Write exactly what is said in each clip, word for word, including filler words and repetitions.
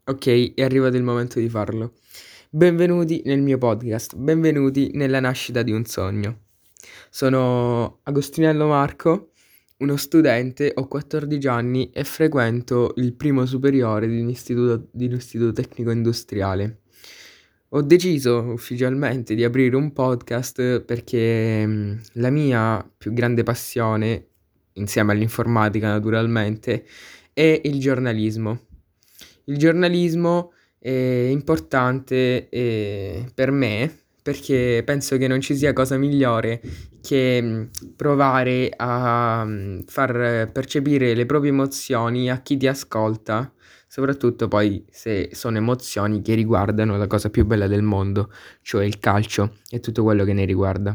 Ok, è arrivato il momento di farlo. Benvenuti nel mio podcast, benvenuti nella nascita di un sogno. Sono Agostinello Marco, uno studente, ho quattordici anni e frequento il primo superiore di un istituto, di un istituto tecnico industriale. Ho deciso ufficialmente di aprire un podcast perché mh, la mia più grande passione, insieme all'informatica naturalmente, è il giornalismo. Il giornalismo è importante eh, per me perché penso che non ci sia cosa migliore che mh, provare a mh, far percepire le proprie emozioni a chi ti ascolta, soprattutto poi se sono emozioni che riguardano la cosa più bella del mondo, cioè il calcio e tutto quello che ne riguarda.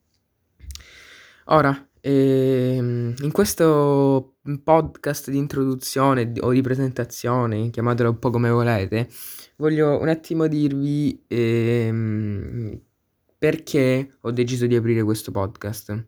Ora, ehm, in questo podcast di introduzione di- o di presentazione, chiamatelo un po' come volete, voglio un attimo dirvi ehm, perché ho deciso di aprire questo podcast.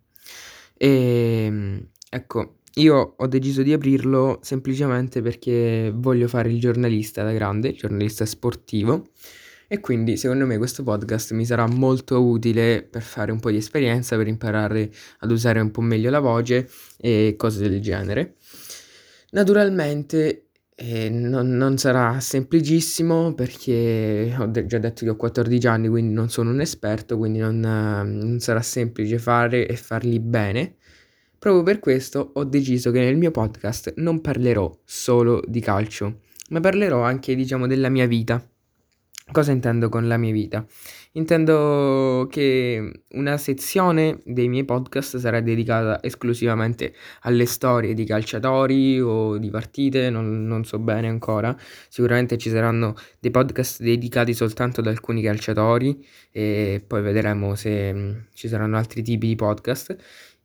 Ehm, ecco, io ho deciso di aprirlo semplicemente perché voglio fare il giornalista da grande, il giornalista sportivo. E quindi secondo me questo podcast mi sarà molto utile per fare un po' di esperienza, per imparare ad usare un po' meglio la voce e cose del genere. Naturalmente eh, non, non sarà semplicissimo perché ho de- già detto che ho quattordici anni, quindi non sono un esperto, quindi non, eh, non sarà semplice fare e farli bene. Proprio per questo ho deciso che nel mio podcast non parlerò solo di calcio, ma parlerò anche, diciamo, della mia vita. Cosa intendo con la mia vita? Intendo che una sezione dei miei podcast sarà dedicata esclusivamente alle storie di calciatori o di partite, non, non so bene ancora. Sicuramente ci saranno dei podcast dedicati soltanto ad alcuni calciatori e poi vedremo se mh, ci saranno altri tipi di podcast.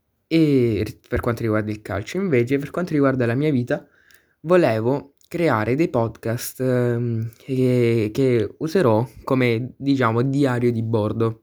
E per quanto riguarda il calcio, invece, per quanto riguarda la mia vita, volevo creare dei podcast ehm, che, che userò come, diciamo, diario di bordo.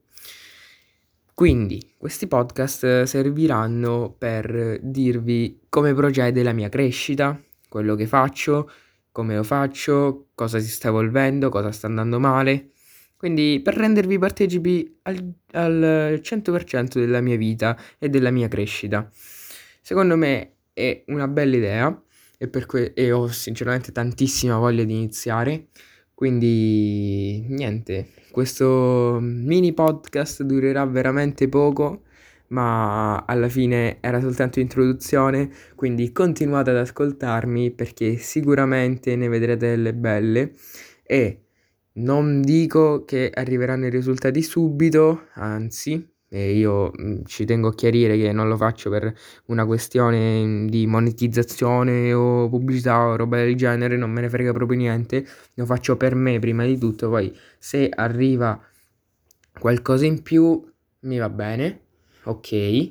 Quindi, questi podcast eh, serviranno per dirvi come procede la mia crescita, quello che faccio, come lo faccio, cosa si sta evolvendo, cosa sta andando male. Quindi, per rendervi partecipi al, al cento per cento della mia vita e della mia crescita. Secondo me è una bella idea e, per que- e ho sinceramente tantissima voglia di iniziare. Quindi niente, questo mini podcast durerà veramente poco, ma alla fine era soltanto introduzione, quindi continuate ad ascoltarmi perché sicuramente ne vedrete delle belle e non dico che arriveranno i risultati subito, anzi, e io mh, ci tengo a chiarire che non lo faccio per una questione mh, di monetizzazione o pubblicità o roba del genere, non me ne frega proprio niente, lo faccio per me prima di tutto, poi se arriva qualcosa in più mi va bene, ok,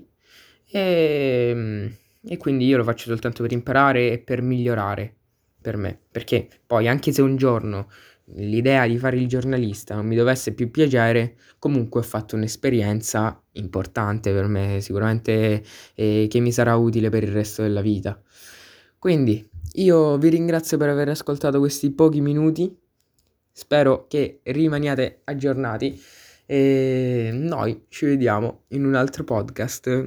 e, mh, e quindi io lo faccio soltanto per imparare e per migliorare per me, perché poi anche se un giorno l'idea di fare il giornalista non mi dovesse più piacere, comunque ho fatto un'esperienza importante per me, sicuramente eh, che mi sarà utile per il resto della vita. Quindi io vi ringrazio per aver ascoltato questi pochi minuti, spero che rimaniate aggiornati e noi ci vediamo in un altro podcast.